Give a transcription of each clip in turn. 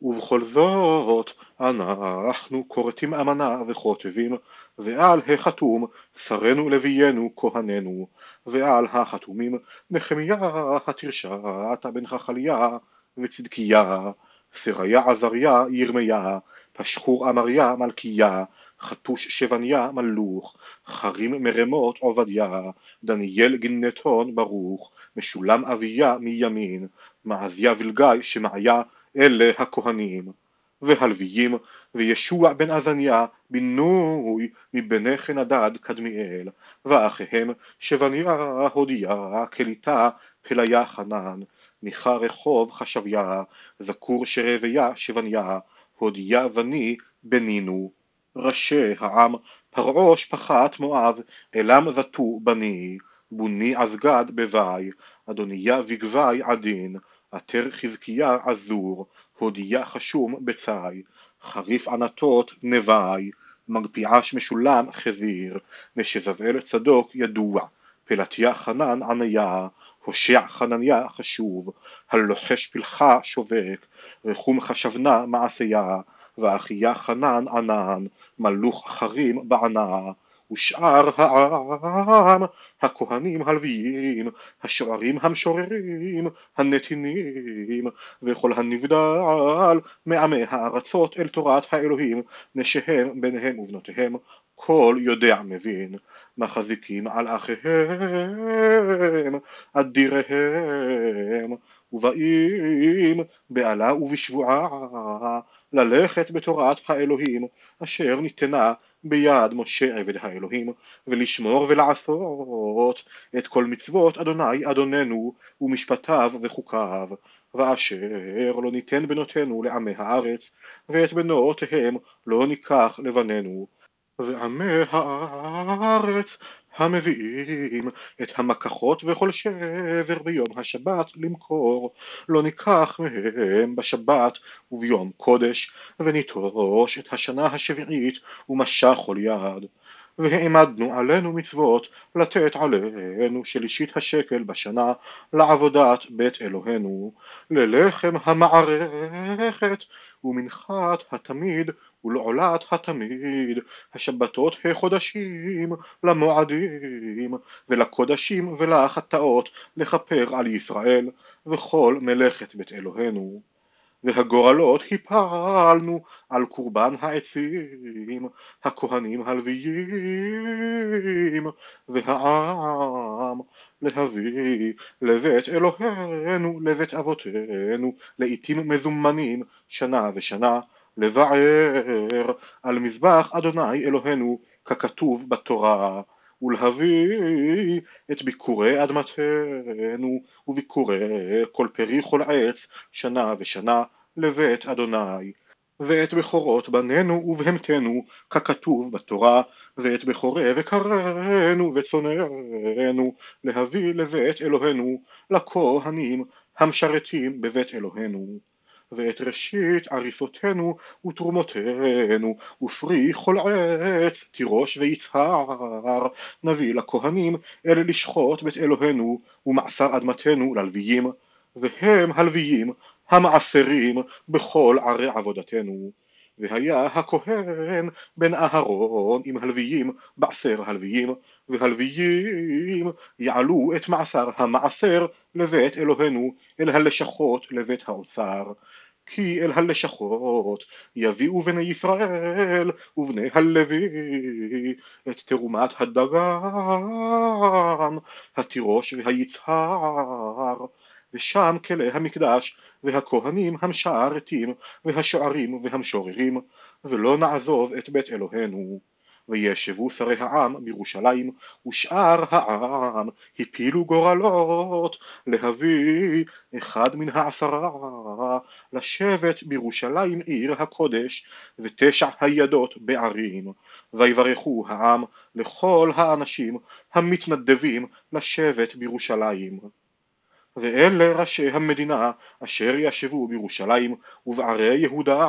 ובכל זאת אנחנו כורתים אמנה וכותבים, ועל החתום שרנו לוויינו כהננו, ועל החתומים נחמיה התרשעת בן חכליה וצדקיה, סריה עזריה ירמיה, פשחור אמריה מלכיה, חתוש שבניה מלוך, חרים מרמות עובדיה, דניאל גנטון ברוך, משולם אביה מימין, מעזיה ולגי שמעיה, אלה הכהנים. והלוויים, וישוע בן עזניה בינוי מבני חנדד קדמיאל, ואחיהם שבניה הודיה קליטה פליה חנן, מיכה רחוב חשביה, זכור שרביה שבניה, הודיה בני בנינו. ראשי העם פרעוש פחת מואב, אלם זתו בני, בוני עזגד בוואי, אדוניה וגוואי עדין, עטר חזקיה עזור, הודיה חשום בצי, חריף ענתות נוואי, מגפיעש משולם חזיר, נשזבל צדוק ידוע, פלטיה חנן עניה, הושע חנניה חשוב, הלוחש פלחה שובק, רחום חשבנה מעשיה, ואחיה חנן ענן, מלוך חרים בענה, ושאר העם, הכהנים הלוויים, השוערים המשוררים, הנתינים, וכל הנבדל מעמי הארצות אל תורת האלוהים, נשיהם, בניהם ובנותיהם, כל יודע מבין, מחזיקים על אחיהם, אדיריהם, ובאים בעלה ובשבועה, ללכת בתורת האלוהים, אשר ניתנה ביד משה עבד האלוהים, ולשמור ולעשות את כל מצוות אדוני אדוננו ומשפטיו וחוקיו, ואשר לא ניתן בנותינו לעמי הארץ, ואת בנותיהם לא ניקח לבנינו, ועמי הארץ המביאים את המקחות וכל שבר ביום השבת למכור, לא ניקח מהם בשבת וביום קודש, וניטוש את השנה השביעית ומשך כל יד. והעמדנו עלינו מצוות לתת עלינו שלישית השקל בשנה לעבודת בית אלוהינו, ללחם המערכת ומנחת התמיד ולעולת התמיד, השבתות החודשים, למועדים ולקודשים ולחטאות, לכפר על ישראל וכל מלאכת בית אלוהינו. והגורלות הפלנו על קורבן העצים, הכהנים הלוויים והעם, להביא לבית אלוהינו, לבית אבותינו, לעתים מזומנים שנה ושנה, לבער על מזבח אדוני אלוהינו ככתוב בתורה, ולהביא את ביקורי אדמתנו וביקורי כל פרי כל עץ שנה ושנה לבית אדוני, ואת בכורות בנינו ובהמתנו ככתוב בתורה, ואת בכורי וקרנו וצוננו להביא לבית אלוהינו, לכהנים המשרתים בבית אלוהינו, ואת ראשית עריסותינו ותרומותינו ופרי כל עץ תירוש ויצהר נביא לכהנים אלה לשחוט בית אלוהינו ומעשר אדמתנו ללוויים, והם הלוויים המעשרים בכל ערי עבודתנו. והיה הכהן בן אהרון עם הלוויים בעשר הלוויים, והלוויים יעלו את מעשר המעשר לבית אלוהינו אל הלשכות לבית האוצר, כי אל הלשכות יביאו בני ישראל ובני הלוי את תרומת הדגן, התירוש והיצהר, ושם כלי המקדש והכהנים המשרתים והשוערים והמשוררים, ולא נעזוב את בית אלוהינו. וישבו שרי העם בירושלים, ושאר העם הפילו גורלות להביא אחד מן העשרה לשבת בירושלים עיר הקודש, ותשע הידות בערים, ויברכו העם לכל האנשים המתנדבים לשבת בירושלים. ואלה ראשי המדינה אשר ישבו בירושלים ובערי יהודה,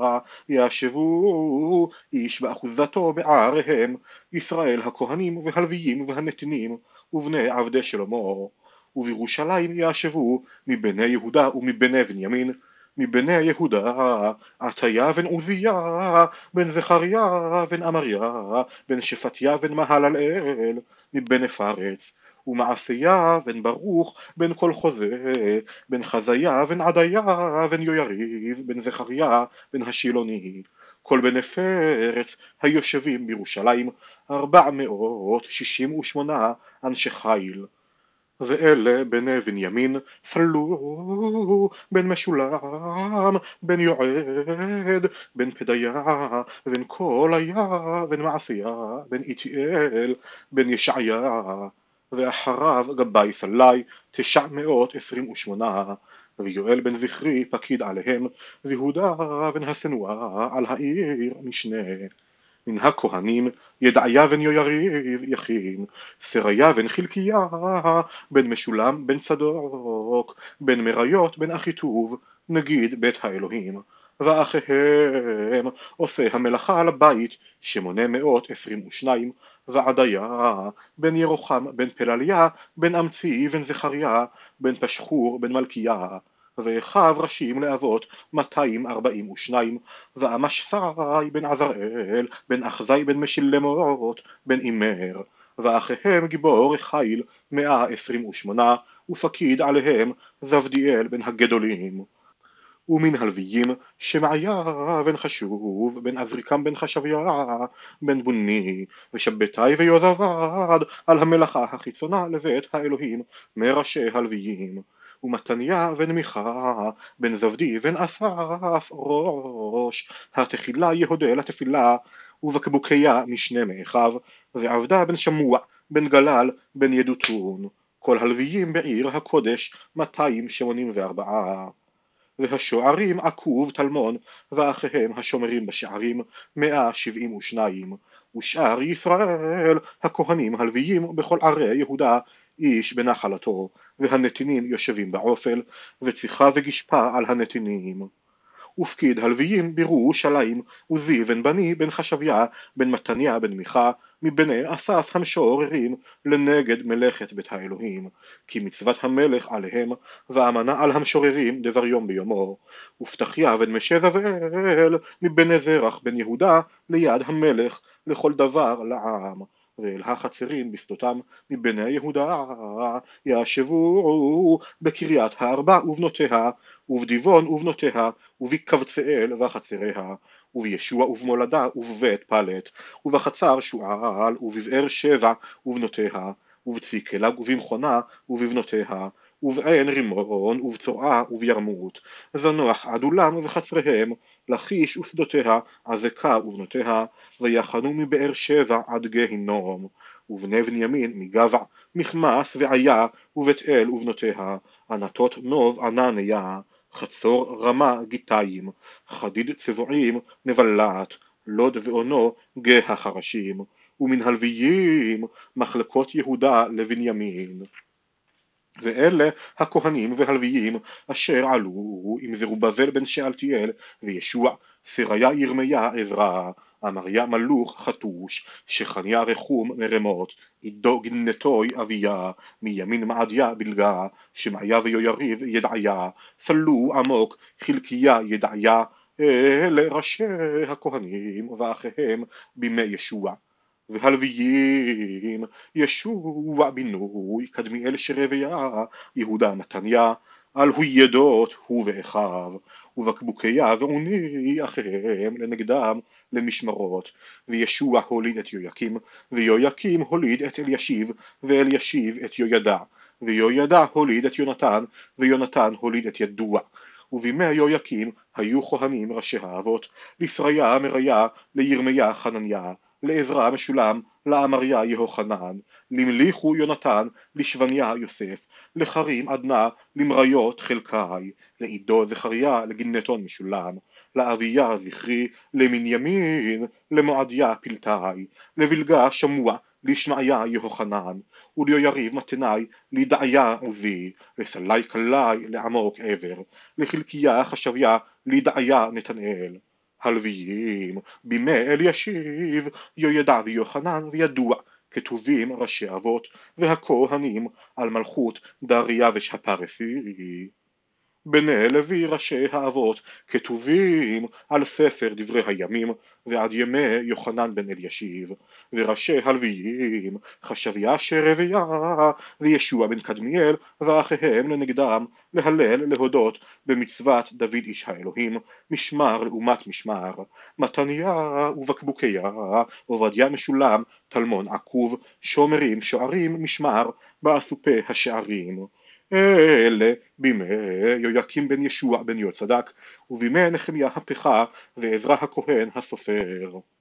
ישבו איש באחוזתו בעריהם, ישראל הכהנים והלוויים והנתינים ובני עבדי שלמה, ובירושלים ישבו מבני יהודה ומבני בנימין, מבני יהודה עטיה בן עוזיה בן זכריה בן אמריה בן שפטיה בן מהללאל מבני פרץ, ומעשיה בן ברוך בן כל חוזה בן חזיה בן עדיה בן יויריב בן זכריה בן השילוני, כל בני פרץ היושבים בירושלים 468 אנשי חיל. ואלה בני בנימין פלו בן משולם בן יועד בן פדיה בן קוליה בן מעשיה בן איתיאל בן ישעיה, ואחריו גבאי סלי 928, ויואל בן זכרי פקיד עליהם, ויהודה בן הסנואה על העיר משנה. מן הכהנים ידעיה בן יויריב יכין, סריה בן חלקיה בן משולם בן צדוק בן מריות בן אחיטוב נגיד בית האלוהים, ואחיהם עושה המלאכה על הבית 822, ועדיה בן ירוחם בן פלליה בן אמצי בן זכריה בן פשחור בן מלכיה, ואחיו ראשים לאבות 242, ואמשסי בן עזראל בן אחזי בן משלמות בן אימר, ואחיהם גיבור חיל 128, ופקיד עליהם זבדיאל בן הגדולים. ומן הלוויים שמעיה בן חשוב בן עזריקם בן חשביה בן בוני, ושבתי ויוזבד על המלאכה החיצונה לבית האלוהים מראשי הלוויים, ומתניה בן מיכה בן זבדי בן אסף ראש התחילה יהודה לתפילה, ובקבוקיה משנה מאחיו, ועבדה בן שמוע בן גלל בן ידותון, כל הלוויים בעיר הקודש 284. והשוערים עקוב תלמון ואחיהם השומרים בשערים 172, ושאר ישראל הכהנים הלוויים בכל ערי יהודה איש בנחלתו, והנתינים יושבים בעופל, וציחה וגשפה על הנתינים. ופקיד הלוויים בירושלים עוזי בן בני בן חשביה בן מתניה בן מיכה מבני אסף המשוררים לנגד מלאכת בית האלוהים, כי מצוות המלך עליהם, ואמנה על המשוררים דבר יום ביומו. ופתחיה בן משזבאל מבני זרח בן יהודה ליד המלך לכל דבר לעם, ואל החצרים בשדותם מבני יהודה ישבו בקריית הארבע ובנותיה, ובדיבון ובנותיה, ובקבצאל וחצריה, ובישוע ובמולדה ובבית פלט, ובחצר שועל, ובבאר שבע ובנותיה, ובציקלג ובמכונה ובבנותיה, ובעין רימון ובצורעה ובירמות, זנוח עדולם וחצריהם, לכיש ושדותיה, עזקה ובנותיה, ויחנו מבאר שבע עד גהינום, ובני בנימין מגבע, מכמס ועיה, ובית אל ובנותיה, ענתות נוב ענניה, חצור רמה גיטיים, חדיד צבועים נבלת, לוד ואונו גה החרשים, ומן הלוויים מחלקות יהודה לבנימין. ואלה הכהנים והלוויים אשר עלו עם זרובבל בן שאלתיאל וישוע, סריה ירמיה עזרא, אמריה מלוך חתוש, שכניה רחום מרמות, עידו גנתוי אביה, מימין מעדיה בלגה, שמעיה ויויריב ידעיה, סלו עמוק חלקיה ידעיה, אלה ראשי הכהנים ואחיהם בימי ישוע. והלוויים ישוע בינוי קדמיאל שרביה יהודה מתניה, על הוידות הוא ואחיו, ובקבוקיה ועוני אחיהם לנגדם למשמרות, וישוע הוליד את יויקים, ויויקים הוליד את אלישיב, ואלישיב את יוידע, ויוידע הוליד את יונתן, ויונתן הוליד את ידוע. ובימי יויקים היו כהנים ראשי האבות, לשריה מריה, לירמיה חנניה, לעזרא משולם, לאמריה יהוחנן, למליכו יונתן, לשבניה יוסף, לחרים עדנה, למריות חלקי, לעידו זכריה, לגנתון משולם, לאביה זכרי, למנימין, למועדיה פלטי, לבלגה שמוע, לשמעיה יהוחנן, וליויריב מתנאי, לדעיה עוזי, לסלי קלי, לעמוק עבר, לחלקיה חשביה, לדעיה נתנאל. הלוויים בימי אלישיב יהוידע ויוחנן וידוע, כתובים ראשי אבות, והכהנים על מלכות דריווש הפרסי. בני לוי ראשי האבות כתובים על ספר דברי הימים ועד ימי יוחנן בן אלישיב, וראשי הלוויים חשביה שרביה וישוע בן קדמיאל ואחיהם לנגדם להלל להודות במצוות דוד איש האלוהים, משמר לעומת משמר, מתניה ובקבוקיה, עובדיה משולם, תלמון עקוב, שומרים שוערים משמר באסופי השערים. אלה בימי יהויקים בן ישוע בן יהוצדק, ובימי נחמיה הפכה ועזרא הכהן הסופר.